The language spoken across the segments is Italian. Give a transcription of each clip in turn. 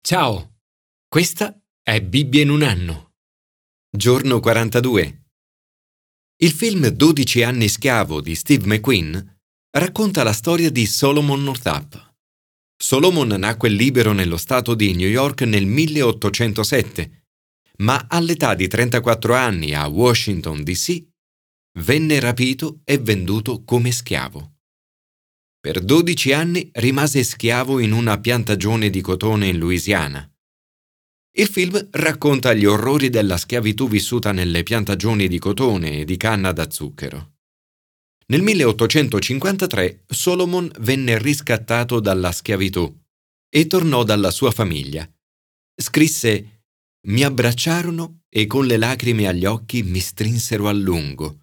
Ciao, questa è Bibbia in un anno. Giorno 42. Il film 12 anni schiavo di Steve McQueen racconta la storia di Solomon Northup. Solomon nacque libero nello stato di New York nel 1807, ma all'età di 34 anni a Washington, D.C., venne rapito e venduto come schiavo. Per 12 anni rimase schiavo in una piantagione di cotone in Louisiana. Il film racconta gli orrori della schiavitù vissuta nelle piantagioni di cotone e di canna da zucchero. Nel 1853 Solomon venne riscattato dalla schiavitù e tornò dalla sua famiglia. Scrisse: «Mi abbracciarono e con le lacrime agli occhi mi strinsero a lungo.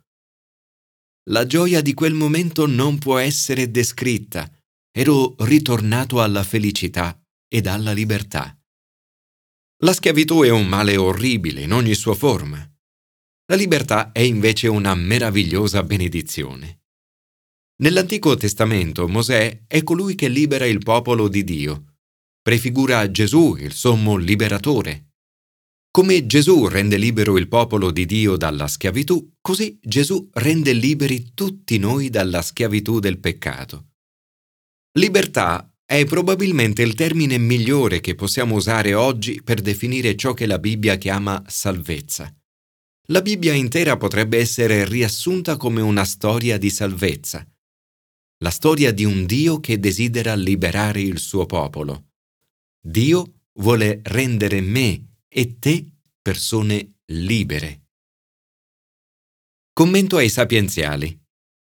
La gioia di quel momento non può essere descritta. Ero ritornato alla felicità ed alla libertà». La schiavitù è un male orribile in ogni sua forma. La libertà è invece una meravigliosa benedizione. Nell'Antico Testamento Mosè è colui che libera il popolo di Dio. Prefigura Gesù, il sommo liberatore. Come Gesù rende libero il popolo di Dio dalla schiavitù, così Gesù rende liberi tutti noi dalla schiavitù del peccato. Libertà è probabilmente il termine migliore che possiamo usare oggi per definire ciò che la Bibbia chiama salvezza. La Bibbia intera potrebbe essere riassunta come una storia di salvezza. La storia di un Dio che desidera liberare il suo popolo. Dio vuole rendere me e te persone libere. Commento ai sapienziali.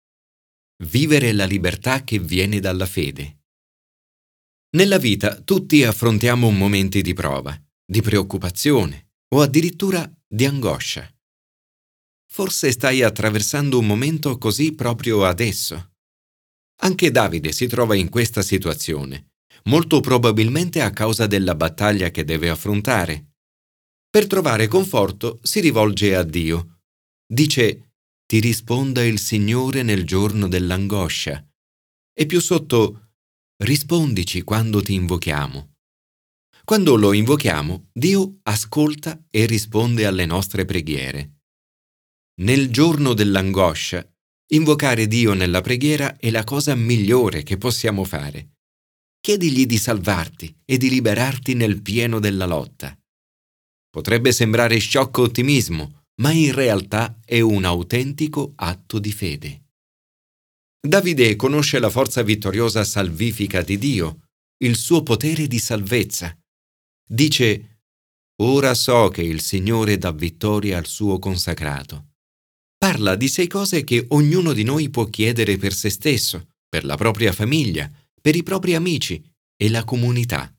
Vivere la libertà che viene dalla fede. Nella vita tutti affrontiamo momenti di prova, di preoccupazione o addirittura di angoscia. Forse stai attraversando un momento così proprio adesso. Anche Davide si trova in questa situazione, molto probabilmente a causa della battaglia che deve affrontare. Per trovare conforto si rivolge a Dio. Dice: «Ti risponda il Signore nel giorno dell'angoscia». E più sotto: «Rispondici quando ti invochiamo». Quando lo invochiamo, Dio ascolta e risponde alle nostre preghiere. Nel giorno dell'angoscia, invocare Dio nella preghiera è la cosa migliore che possiamo fare. Chiedigli di salvarti e di liberarti nel pieno della lotta. Potrebbe sembrare sciocco ottimismo, ma in realtà è un autentico atto di fede. Davide conosce la forza vittoriosa salvifica di Dio, il suo potere di salvezza. Dice: «Ora so che il Signore dà vittoria al suo consacrato». Parla di 6 cose che ognuno di noi può chiedere per se stesso, per la propria famiglia, per i propri amici e la comunità.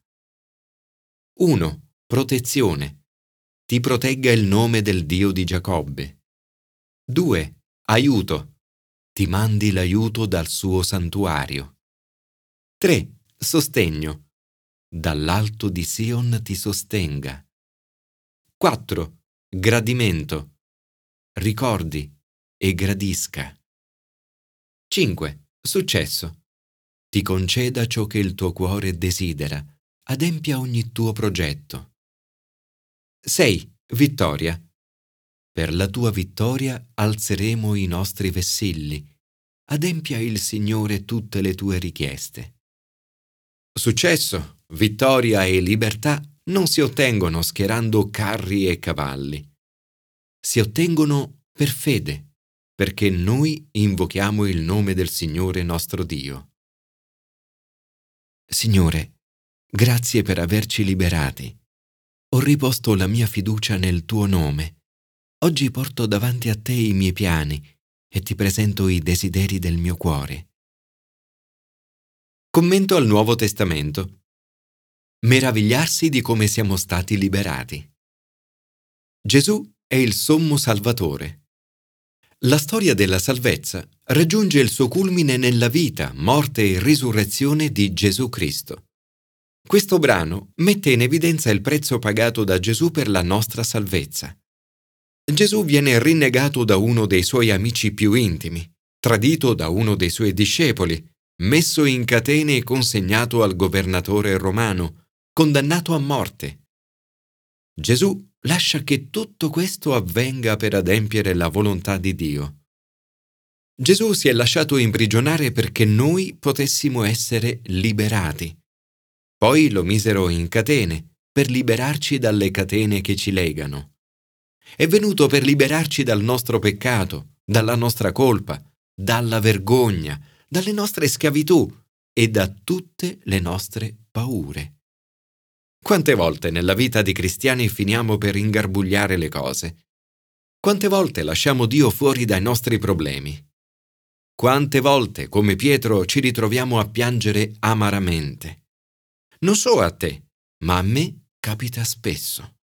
1. Protezione. Ti protegga il nome del Dio di Giacobbe. 2. Aiuto. Ti mandi l'aiuto dal suo santuario. 3. Sostegno. Dall'alto di Sion ti sostenga. 4. Gradimento. Ricordi e gradisca. 5. Successo. Ti conceda ciò che il tuo cuore desidera, adempia ogni tuo progetto. 6. Vittoria. Per la tua vittoria alzeremo i nostri vessilli, adempia il Signore tutte le tue richieste. Successo, vittoria e libertà non si ottengono schierando carri e cavalli. Si ottengono per fede, perché noi invochiamo il nome del Signore nostro Dio. Signore, grazie per averci liberati. Ho riposto la mia fiducia nel tuo nome. Oggi porto davanti a te i miei piani e ti presento i desideri del mio cuore. Commento al Nuovo Testamento. Meravigliarsi di come siamo stati liberati. Gesù è il sommo Salvatore. La storia della salvezza raggiunge il suo culmine nella vita, morte e risurrezione di Gesù Cristo. Questo brano mette in evidenza il prezzo pagato da Gesù per la nostra salvezza. Gesù viene rinnegato da uno dei suoi amici più intimi, tradito da uno dei suoi discepoli, messo in catene e consegnato al governatore romano, condannato a morte. Gesù lascia che tutto questo avvenga per adempiere la volontà di Dio. Gesù si è lasciato imprigionare perché noi potessimo essere liberati. Poi lo misero in catene per liberarci dalle catene che ci legano. È venuto per liberarci dal nostro peccato, dalla nostra colpa, dalla vergogna, dalle nostre schiavitù e da tutte le nostre paure. Quante volte nella vita di cristiani finiamo per ingarbugliare le cose? Quante volte lasciamo Dio fuori dai nostri problemi? Quante volte, come Pietro, ci ritroviamo a piangere amaramente? Non so a te, ma a me capita spesso.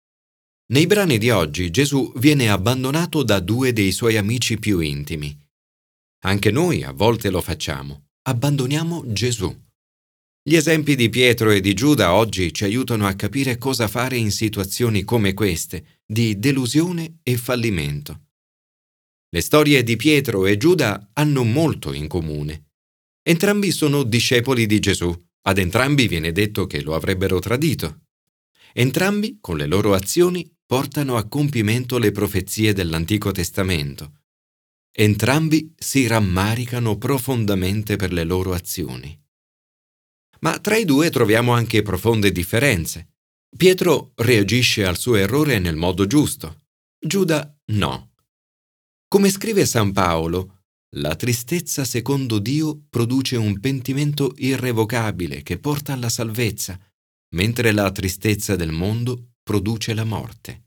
Nei brani di oggi Gesù viene abbandonato da due dei suoi amici più intimi. Anche noi a volte lo facciamo, abbandoniamo Gesù. Gli esempi di Pietro e di Giuda oggi ci aiutano a capire cosa fare in situazioni come queste, di delusione e fallimento. Le storie di Pietro e Giuda hanno molto in comune. Entrambi sono discepoli di Gesù, ad entrambi viene detto che lo avrebbero tradito. Entrambi, con le loro azioni, portano a compimento le profezie dell'Antico Testamento. Entrambi si rammaricano profondamente per le loro azioni. Ma tra i due troviamo anche profonde differenze. Pietro reagisce al suo errore nel modo giusto, Giuda no. Come scrive San Paolo, la tristezza secondo Dio produce un pentimento irrevocabile che porta alla salvezza, mentre la tristezza del mondo produce la morte.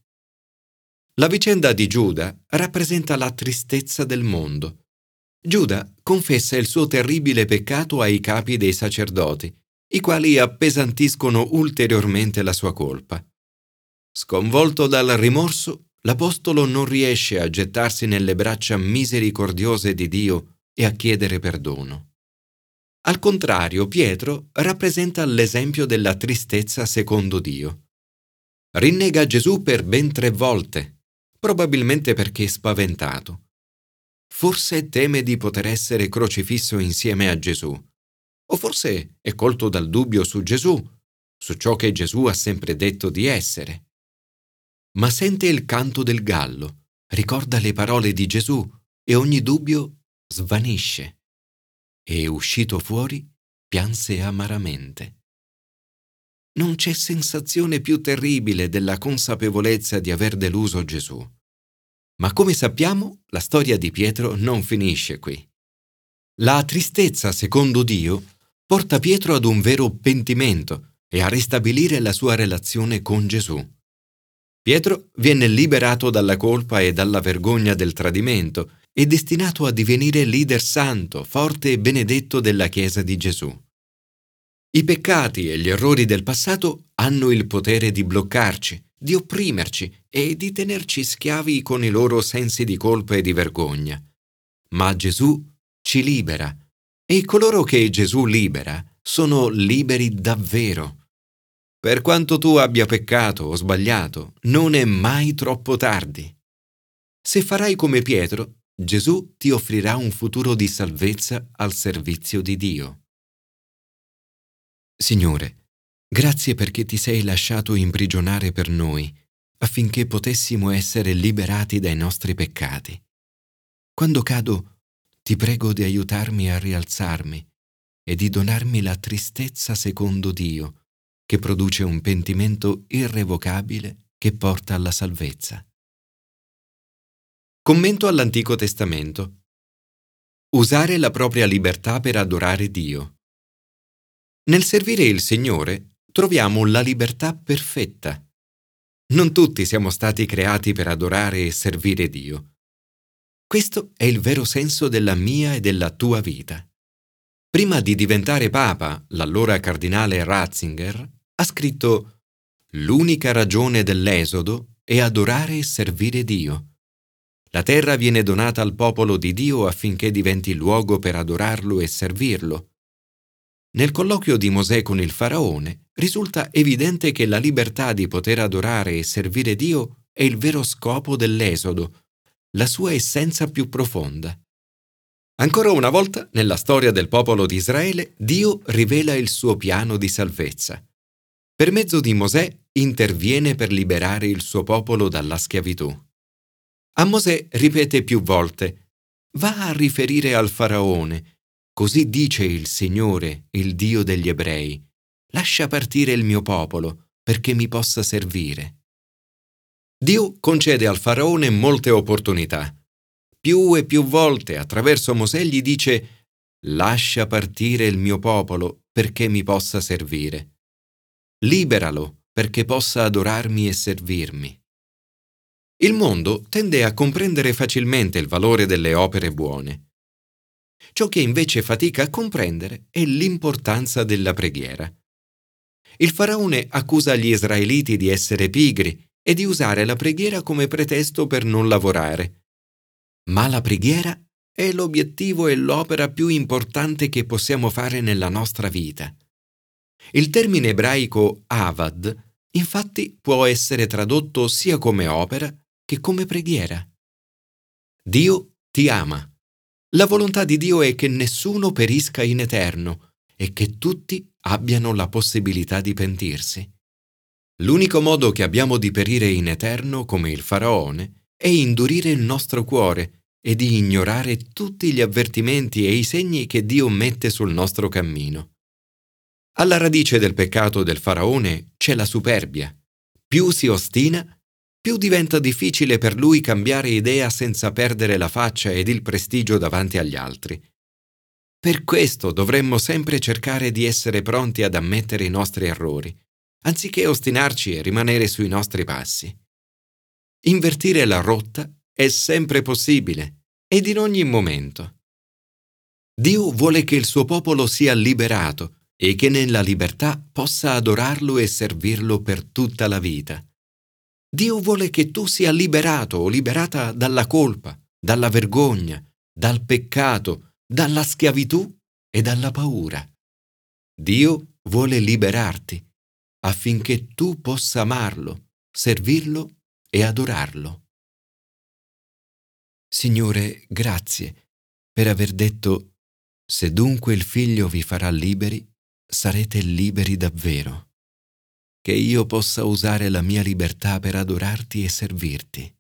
La vicenda di Giuda rappresenta la tristezza del mondo. Giuda confessa il suo terribile peccato ai capi dei sacerdoti, i quali appesantiscono ulteriormente la sua colpa. Sconvolto dal rimorso, l'Apostolo non riesce a gettarsi nelle braccia misericordiose di Dio e a chiedere perdono. Al contrario, Pietro rappresenta l'esempio della tristezza secondo Dio. Rinnega Gesù per ben 3 volte, probabilmente perché è spaventato. Forse teme di poter essere crocifisso insieme a Gesù, o forse è colto dal dubbio su Gesù, su ciò che Gesù ha sempre detto di essere. Ma sente il canto del gallo, ricorda le parole di Gesù e ogni dubbio svanisce. E uscito fuori, pianse amaramente. Non c'è sensazione più terribile della consapevolezza di aver deluso Gesù. Ma come sappiamo, la storia di Pietro non finisce qui. La tristezza, secondo Dio, porta Pietro ad un vero pentimento e a ristabilire la sua relazione con Gesù. Pietro viene liberato dalla colpa e dalla vergogna del tradimento e destinato a divenire leader santo, forte e benedetto della Chiesa di Gesù. I peccati e gli errori del passato hanno il potere di bloccarci, di opprimerci e di tenerci schiavi con i loro sensi di colpa e di vergogna. Ma Gesù ci libera e coloro che Gesù libera sono liberi davvero. Per quanto tu abbia peccato o sbagliato, non è mai troppo tardi. Se farai come Pietro, Gesù ti offrirà un futuro di salvezza al servizio di Dio. Signore, grazie perché ti sei lasciato imprigionare per noi, affinché potessimo essere liberati dai nostri peccati. Quando cado, ti prego di aiutarmi a rialzarmi e di donarmi la tristezza secondo Dio, che produce un pentimento irrevocabile che porta alla salvezza. Commento all'Antico Testamento. Usare la propria libertà per adorare Dio. Nel servire il Signore troviamo la libertà perfetta. Non tutti siamo stati creati per adorare e servire Dio. Questo è il vero senso della mia e della tua vita. Prima di diventare Papa, l'allora cardinale Ratzinger ha scritto: «L'unica ragione dell'Esodo è adorare e servire Dio. La terra viene donata al popolo di Dio affinché diventi luogo per adorarlo e servirlo». Nel colloquio di Mosè con il faraone risulta evidente che la libertà di poter adorare e servire Dio è il vero scopo dell'Esodo, la sua essenza più profonda. Ancora una volta, nella storia del popolo di Israele, Dio rivela il suo piano di salvezza. Per mezzo di Mosè interviene per liberare il suo popolo dalla schiavitù. A Mosè ripete più volte: «Va a riferire al faraone, così dice il Signore, il Dio degli ebrei, lascia partire il mio popolo, perché mi possa servire». Dio concede al faraone molte opportunità. Più e più volte attraverso Mosè gli dice: «Lascia partire il mio popolo, perché mi possa servire. Liberalo, perché possa adorarmi e servirmi». Il mondo tende a comprendere facilmente il valore delle opere buone. Ciò che invece fatica a comprendere è l'importanza della preghiera. Il faraone accusa gli israeliti di essere pigri e di usare la preghiera come pretesto per non lavorare. Ma la preghiera è l'obiettivo e l'opera più importante che possiamo fare nella nostra vita. Il termine ebraico avad, infatti, può essere tradotto sia come opera che come preghiera. Dio ti ama. La volontà di Dio è che nessuno perisca in eterno e che tutti abbiano la possibilità di pentirsi. L'unico modo che abbiamo di perire in eterno come il faraone è indurire il nostro cuore e di ignorare tutti gli avvertimenti e i segni che Dio mette sul nostro cammino. Alla radice del peccato del faraone c'è la superbia. Più si ostina, più diventa difficile per lui cambiare idea senza perdere la faccia ed il prestigio davanti agli altri. Per questo dovremmo sempre cercare di essere pronti ad ammettere i nostri errori, anziché ostinarci e rimanere sui nostri passi. Invertire la rotta è sempre possibile ed in ogni momento. Dio vuole che il suo popolo sia liberato e che nella libertà possa adorarlo e servirlo per tutta la vita. Dio vuole che tu sia liberato o liberata dalla colpa, dalla vergogna, dal peccato, dalla schiavitù e dalla paura. Dio vuole liberarti affinché tu possa amarlo, servirlo e adorarlo. Signore, grazie per aver detto: se dunque il Figlio vi farà liberi, sarete liberi davvero. Che io possa usare la mia libertà per adorarti e servirti.